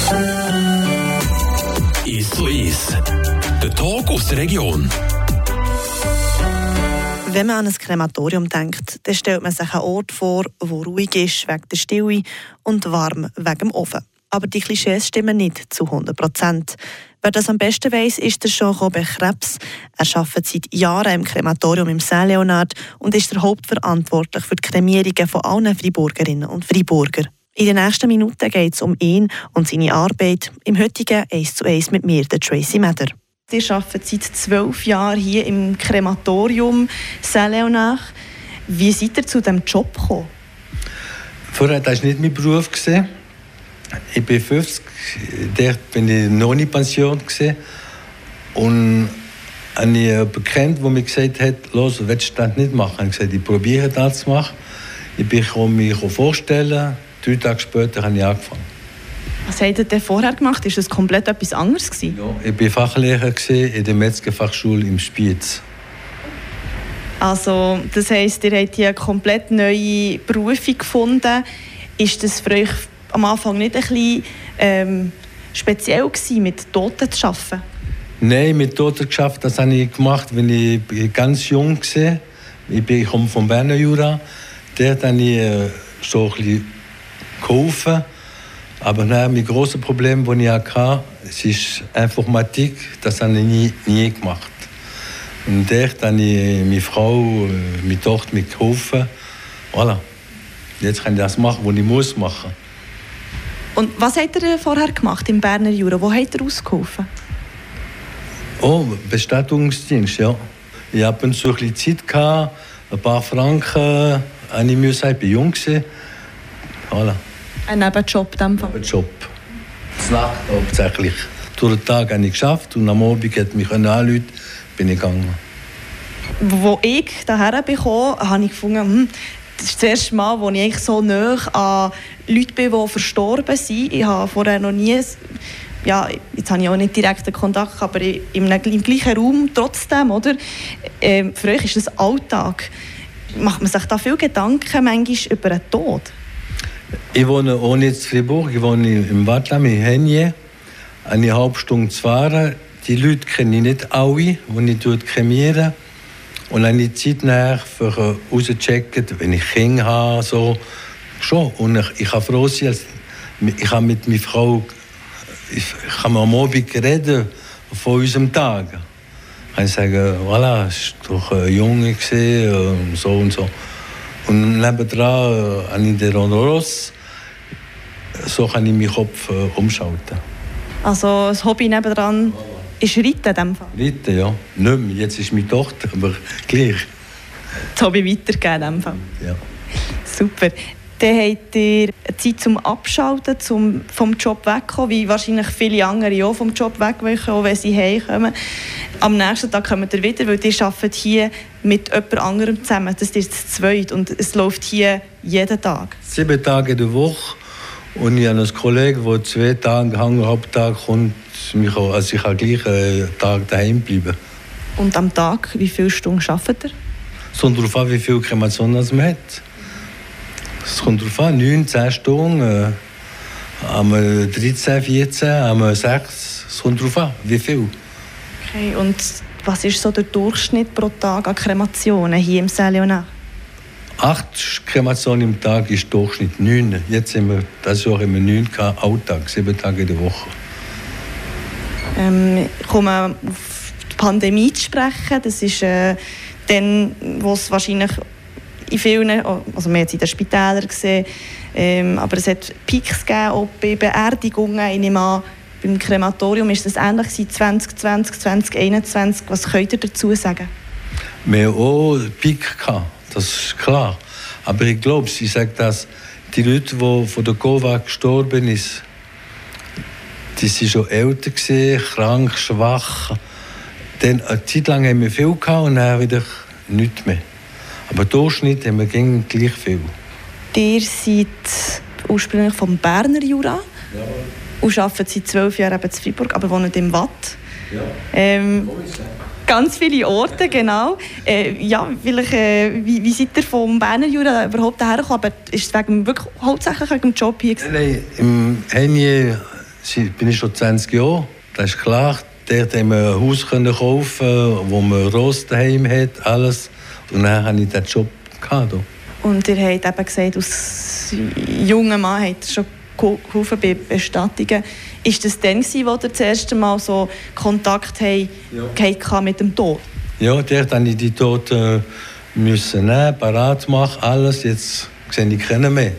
«1:1». Der Talk aus der Region. Wenn man an ein Krematorium denkt, dann stellt man sich einen Ort vor, der ruhig ist wegen der Stille und warm wegen dem Ofen. Aber die Klischees stimmen nicht zu 100%. Wer das am besten weiss, ist der Jean-Robert Krebs. Er arbeitet seit Jahren im Krematorium im Saint-Léonard und ist der hauptverantwortlich für die Kremierungen von allen Freiburgerinnen und Freiburger. In den nächsten Minuten geht es um ihn und seine Arbeit. Im heutigen 1:1 mit mir, der Tracy Meder. Sie arbeiten seit 12 Jahren hier im Krematorium Saint-Léonard. Wie seid ihr zu diesem Job gekommen? Vorher war das nicht mein Beruf. Ich bin 50, dort bin ich noch nicht Pension. Und habe ich jemanden gekannt, der mir gesagt hat, «Los, willst du das nicht machen?» Ich habe gesagt, ich probiere das zu machen. Ich bin mich vorstellen. 3 Tage später habe ich angefangen. Was habt ihr denn vorher gemacht? Ist das komplett etwas anderes gewesen? Ja, ich war Fachlehrer in der Metzgerfachschule im Spiez. Also, das heisst, ihr habt hier eine komplett neue Berufung gefunden. Ist das für euch am Anfang nicht ein bisschen speziell gewesen, mit Toten zu arbeiten? Nein, mit Toten gearbeitet, das habe ich gemacht, als ich ganz jung war. Ich komme vom Berner Jura. Dort habe ich so ein bisschen geholfen. Aber mein grosses Problem, das ich hatte, ist Informatik. Das habe ich nie gemacht. Und dort habe ich meine Frau, meine Tochter mir geholfen. Voilà. Jetzt kann ich das machen, was ich machen muss. Und was habt ihr vorher gemacht im Berner Jura? Wo habt ihr ausgeholfen? Oh, Bestattungsdienst, ja. Ich hatte so ein bisschen Zeit gehabt, ein paar Franken. Ich war jung. Voilà. Ein Nebenjob in dem Fall? Nebenjob. Das Nacht hauptsächlich. Durch den Tag habe ich geschafft und am Abend konnte mich anrufen, bin ich gegangen. Als ich hierher bekam, habe ich gefunden, das ist das erste Mal, wo ich eigentlich so nahe an Leute bin, die verstorben sind. Ich habe vorher noch nie, ja, jetzt habe ich auch nicht direkten Kontakt, aber im gleichen Raum trotzdem, oder? Für euch ist das Alltag. Macht man sich da viel Gedanken manchmal über den Tod? Ich wohne auch nicht in Fribourg, ich wohne im Wattlam, in Henje. Eine halbe Stunde zu fahren. Die Leute kenne ich nicht alle, die ich kremiere. Und dann habe ich Zeit nach, für rauszuchecken, wenn ich Kinder habe. So. Schon. Und ich kann froh sein, ich kann mit meiner Frau ich kann am Abend reden von unserem Tag. Ich kann sagen, voilà, es war doch ein Junge, so und so. Und nebendran habe ich den Ronos. So kann ich meinen Kopf umschalten. Also das Hobby nebendran ist Reiten in diesem Fall? Reiten, ja. Nicht mehr. Jetzt ist meine Tochter, aber gleich. Das Hobby weitergeben in diesem Fall? Ja. Super. Dann habt ihr Zeit zum Abschalten, vom Job wegkommen, wie wahrscheinlich viele andere auch vom Job wegkommen, wenn sie heimkommen. Am nächsten Tag kommt ihr wieder, weil ihr arbeitet hier mit jemand anderem zusammen. Das ist das Zweite und es läuft hier jeden Tag. 7 Tage in der Woche. Und ich habe einen Kollegen, der 2 Tage am Haupttag kommt. Also ich kann gleich einen Tag daheim bleiben. Und am Tag, wie viele Stunden arbeitet ihr? Es kommt darauf an, wie viel Kremation man hat. Es kommt darauf an, 9, 10 Stunden, am 13, 14, am 6. Es kommt darauf an, wie viel. Okay, und was ist so der Durchschnitt pro Tag an Kremationen hier im Saint-Léonard? 8 Kremationen im Tag ist Durchschnitt 9. Jetzt sind wir, das Jahr haben wir 9 Alltag, 7 Tage in der Woche. Ich komme auf die Pandemie zu sprechen. Das ist dann, wo es wahrscheinlich in vielen, also wir haben es in den Spitälern gesehen, aber es hat Peaks gegeben, auch bei Beerdigungen. Ich nehme an, beim Krematorium ist das ähnlich 2020, 2021. Was könnt ihr dazu sagen? Wir haben auch einen Peak gehabt, das ist klar. Aber ich glaube, sie sagt, dass die Leute, die von der Covid gestorben sind, die waren schon älter, krank, schwach. Dann eine Zeit lang haben wir viel gehabt und dann wieder nichts mehr. Aber im Durchschnitt haben wir gleich viel. Ihr seid ursprünglich vom Berner Jura und arbeitet seit 12 Jahren in Freiburg, aber wohnt im Watt. Ja. Ganz viele Orte, genau. Wie seid ihr vom Berner Jura überhaupt hergekommen? Aber ist es wirklich hauptsächlich wegen dem Job hier? Nein, im Henje bin ich schon 20 Jahre. Das ist klar. Dort haben wir ein Haus kaufen, wo man Rost daheim hat, alles. Und dann hatte ich diesen Job gehabt. Und ihr habt eben gesagt, als junger Mann habt ihr schon geholfen bei Bestattungen. Ist das dann, als ihr das erste Mal so Kontakt hattet mit dem Tod? Ja, dort musste ich die Toten nehmen, parat machen, alles. Jetzt sehe ich keinen mehr.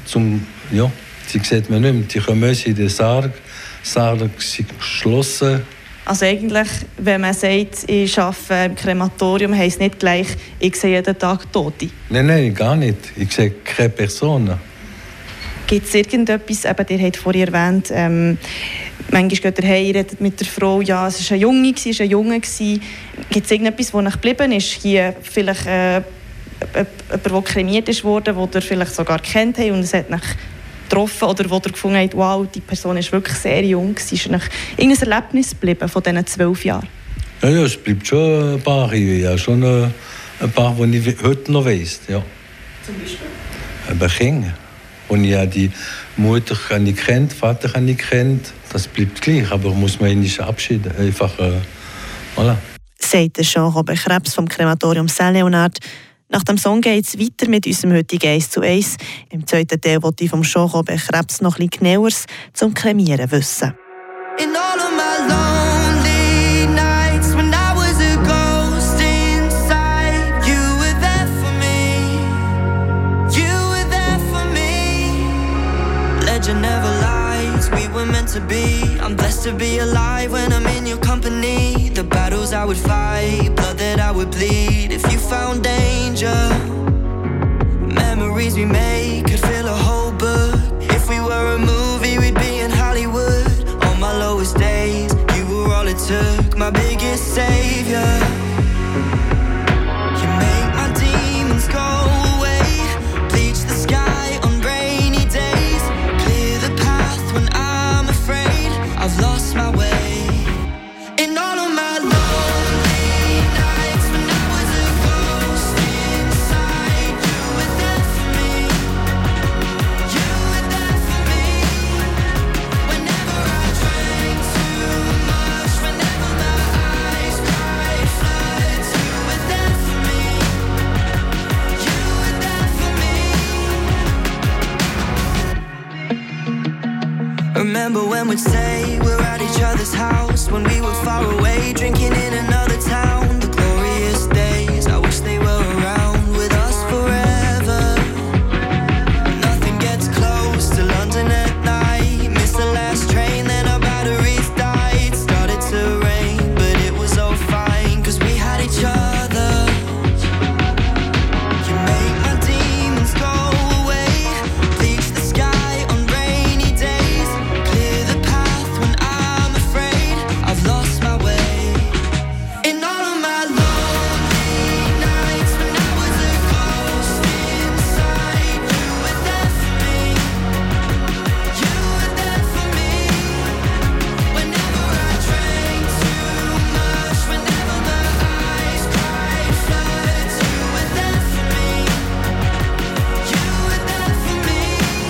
Sie sieht man nicht mehr. Die kommen in den Sarg. Sarg ist geschlossen. Also eigentlich, wenn man sagt, ich arbeite im Krematorium, heisst nicht gleich, ich sehe jeden Tag Tote? Nein, gar nicht. Ich sehe keine Person. Gibt es irgendetwas, ihr habt vorhin erwähnt, manchmal geht ihr heim, redet mit der Frau, ja, es war ein Junge, es war ein Junge. Gibt es irgendetwas, das euch geblieben ist? Hier vielleicht jemand, der kremiert wurde, den ihr vielleicht sogar kennt habt und es hat euch getroffen oder wo ihr gefunden habt, wow, die Person ist wirklich sehr jung. Ist euch irgendein Erlebnis geblieben von diesen 12 Jahren? Ja, es bleibt schon ein paar. Ja, schon ein paar, die ich heute noch weiss. Ja. Zum Beispiel? Ein Kind. Und ich die Mutter ich kennt, Vater ich kennt. Das bleibt gleich, aber muss man ihn nicht abschieden. Einfach, voilà. Sagt Jean-Robert Krebs vom Krematorium Saint-Léonard. Nach dem Song geht es weiter mit unserem heutigen 1:1. Im zweiten Teil wollte ich vom Jean-Robert Krebs noch etwas Genaueres zum Kremieren wissen. In all of my lonely nights when I was a ghost inside, you were there for me. You were there for me. Legend never lies, we were meant to be. I'm blessed to be alive when I'm in your company. The battles I would fight, blood that I would bleed. If you found danger, memories we made could fill a whole book. If we were a movie, we'd be in Hollywood. On my lowest days, you were all it took. My biggest savior. You make my demons go away. Bleach the sky on rainy days. Clear the path when I'm afraid I've lost my way. In all of my lonely nights when I was a ghost inside, you were there for me. You were there for me. Whenever I drank too much, whenever my eyes cried floods, you were there for me. You were there for me. Remember when we'd say we're at each other's house, when we were far away, drinking in another town. The glorious days, I wish they were around with us forever. Nothing gets close to London at night. Missed the last train, then our batteries died. Started to rain, but it was all fine, 'cause we had each other. You make my demons go away. Bleach the sky on rainy days. Clear the path when I'm afraid I've lost my way. In all of my lonely nights when I was a ghost inside, you were there for me. You were there for me. Whenever I drank too much, whenever my eyes cried floods, you were there for me. You were there for me.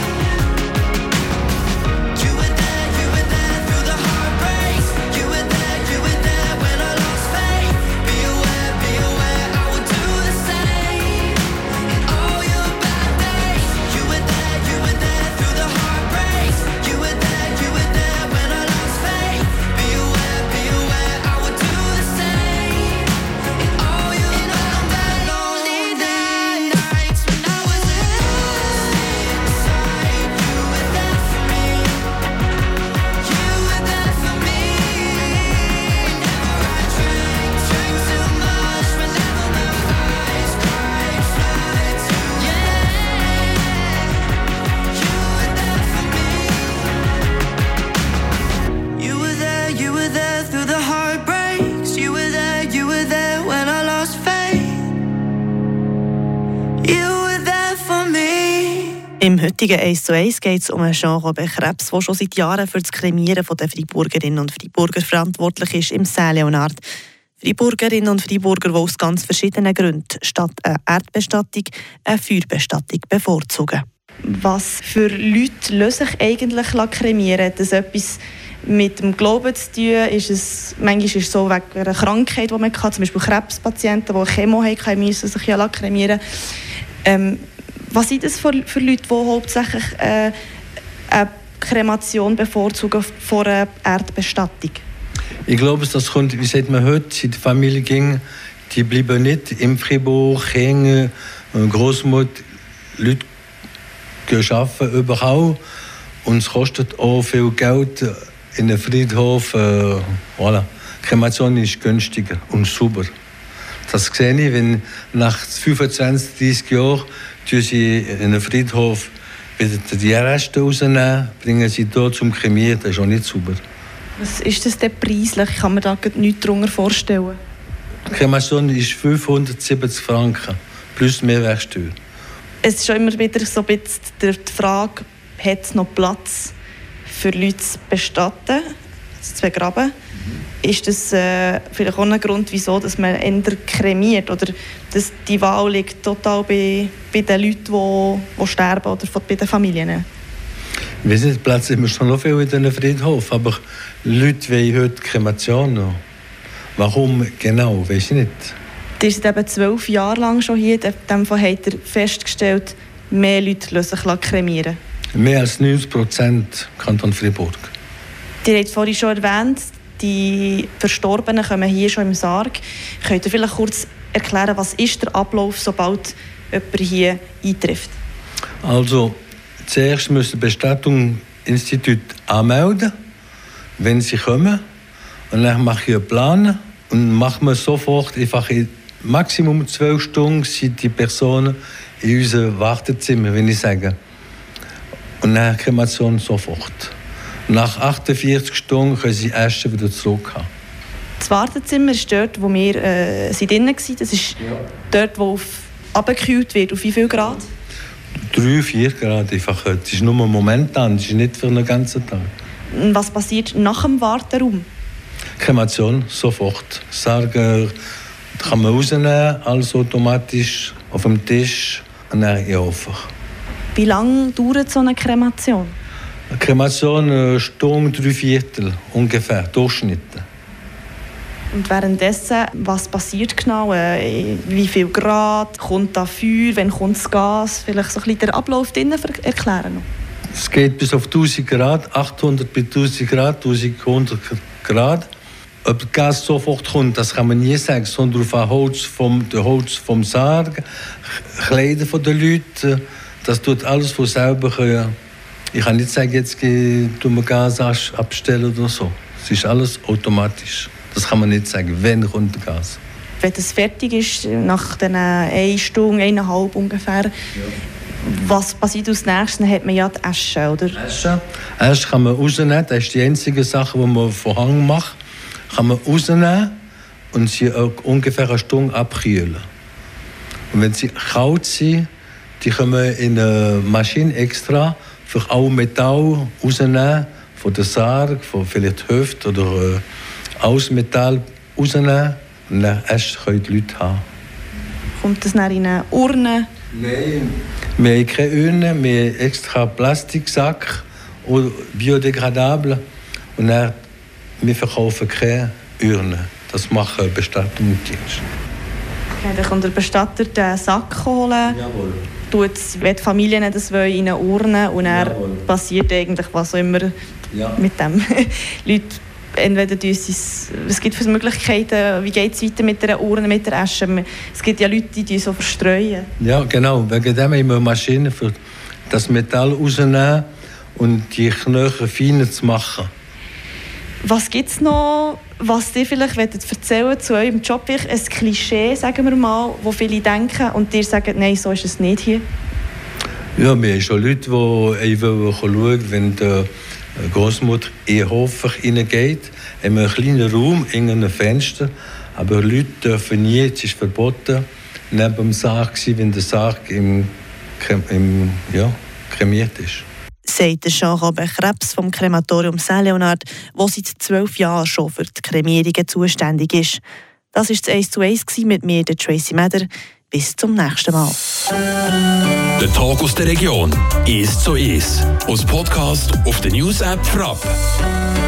You were there through the heartbreaks. You were there when I lost faith. Be aware, I would do the same. In all your bad days. You were there through the heartbreaks. You were there when I lost faith. Be aware, I would do the same. In all your bad lonely nights when I was a ghost inside, you were there for me. You were there for me. Whenever I drank too much, whenever my eyes cried floods, yeah. You were there for me. You were there through the heartbreaks. You were there when I lost faith. You were there for me. Im heutigen 1:1 geht es um Jean-Robert Krebs, der schon seit Jahren für das Kremieren der Freiburgerinnen und Freiburger verantwortlich ist im Saint-Léonard. Freiburgerinnen und Freiburger, die aus ganz verschiedenen Gründen statt einer Erdbestattung eine Feuerbestattung bevorzugen. Was für Leute lassen sich eigentlich kremieren? Hat das etwas mit dem Glauben zu tun? Manchmal ist es so wegen einer Krankheit, die man hat, zum Beispiel Krebspatienten, die Chemo haben, müssen sich ja kremieren. Was sind das für Leute, die hauptsächlich eine Kremation bevorzugen vor einer Erdbestattung? Ich glaube, das kommt, wie sagt man heute, die Familie ging, die bleiben nicht im Fribourg hängen, Großmutter, Leute gehen arbeiten überall und es kostet auch viel Geld in den Friedhof. Voilà. Kremation ist günstiger und super. Das sehe ich, wenn nach 25, 30 Jahren sie in den Friedhof wieder die Reste rausnehmen, bringen sie dort zum Kremieren. Das ist auch nicht super. Was ist das denn preislich? Ich kann mir da nichts darunter vorstellen. Die Kremation ist 570 Franken, plus Mehrwertsteuer. Es ist schon immer wieder so ein bisschen die Frage, hat es noch Platz für Leute zu bestatten, zu begraben? Ist das vielleicht auch ein Grund, wieso dass man eher kremiert? Oder dass die Wahl liegt total bei den Leuten, die sterben oder bei den Familien? Ich weiss nicht, Platz immer schon noch viel in diesem Friedhof, aber Leute wollen heute Kremation noch. Warum genau, weiss ich nicht. Ihr seid eben 12 Jahre lang schon hier. In dem Fall habt ihr festgestellt, mehr Leute lassen sich kremieren. Mehr als 90% Kanton Fribourg. Ihr habt vorhin schon erwähnt, die Verstorbenen kommen hier schon im Sarg. Könnt ihr vielleicht kurz erklären, was ist der Ablauf, sobald jemand hier eintrifft? Also, zuerst muss das Bestattungsinstitut anmelden, wenn sie kommen. Und dann mache ich einen Plan und mache mir sofort einfach in Maximum 12 Stunden sind die Personen in unserem Wartezimmer, wenn ich sage. Und dann Kremation sofort. Nach 48 Stunden können sie erst wieder zurückkommen. Das Wartezimmer ist dort, wo wir drinnen waren. Das ist dort, wo abgekühlt wird. Auf wie viel Grad? 3, 4 Grad einfach. Das ist nur momentan, das ist nicht für einen ganzen Tag. Was passiert nach dem Warteraum? Kremation sofort. Sarg kann man rausnehmen, alles automatisch auf dem Tisch und dann in den Ofen. Wie lange dauert so eine Kremation? Eine Kremation eine Stunde, 3/4 ungefähr, Durchschnitt. Und währenddessen, was passiert genau? Wie viel Grad? Kommt da Feuer? Wann kommt das Gas? Vielleicht so ein bisschen den Ablauf drinnen erklären. Es geht bis auf 1000 Grad, 800 bis 1000 Grad, 1100 Grad. Ob das Gas sofort kommt, das kann man nie sagen. Es kommt darauf an, Holz vom Sarg, Kleider der Leute. Das tut alles von selber. Ich kann nicht sagen, jetzt tun wir Gas abstellen oder so. Es ist alles automatisch. Das kann man nicht sagen, wenn kommt das Gas. Wenn es fertig ist, nach den 1 Stunde, 1,5 ungefähr, was passiert als nächstes? Dann hat man ja die Asche, oder? Asche kann man rausnehmen. Das ist die einzige Sache, die man von Hang macht. Kann man rausnehmen und sie ungefähr eine Stunde abkühlen. Und wenn sie kalt sind, die können in eine Maschine extra für auch Metall rausnehmen, von der Sarg, von vielleicht Hüfte oder aus Metall rausnehmen. Und dann erst können die Leute haben. Kommt das dann in eine Urne? Nein. Wir haben keine Urne, wir haben extra Plastiksack oder biodegradable. Und dann, wir verkaufen keine Urne. Das machen Bestattungsdienste. Okay, dann kann der Bestatter den Sack holen. Jawohl. Wenn die Familien das wollen, in eine Urne und dann passiert eigentlich was auch immer mit dem. Leute, entweder es gibt viele Möglichkeiten, wie geht es weiter mit der Urne, mit der Asche. Es gibt ja Leute, die so verstreuen. Ja, genau. Wegen dem haben wir eine Maschine für das Metall rausnehmen und die Knochen feiner zu machen. Was gibt es noch, was ihr vielleicht erzählen zu eurem Job? Vielleicht ein Klischee, sagen wir mal, wo viele denken und ihr sagt, nein, so ist es nicht hier? Ja, wir haben schon Leute, die schauen, wenn die Großmutter in den Hof hineingeht. Haben wir einen kleinen Raum, in einem Fenster. Aber Leute dürfen nie, es ist verboten, neben dem Sarg sein, wenn der Sarg kremiert ist. Sagt Jean-Robert Krebs vom Krematorium Saint-Leonard, der seit 12 Jahren schon für die Kremierungen zuständig ist. Das war das 1:1 mit mir, der Tracy Meder. Bis zum nächsten Mal. Der Tag aus der Region. 1:1. Als Podcast auf der News-App Frapp.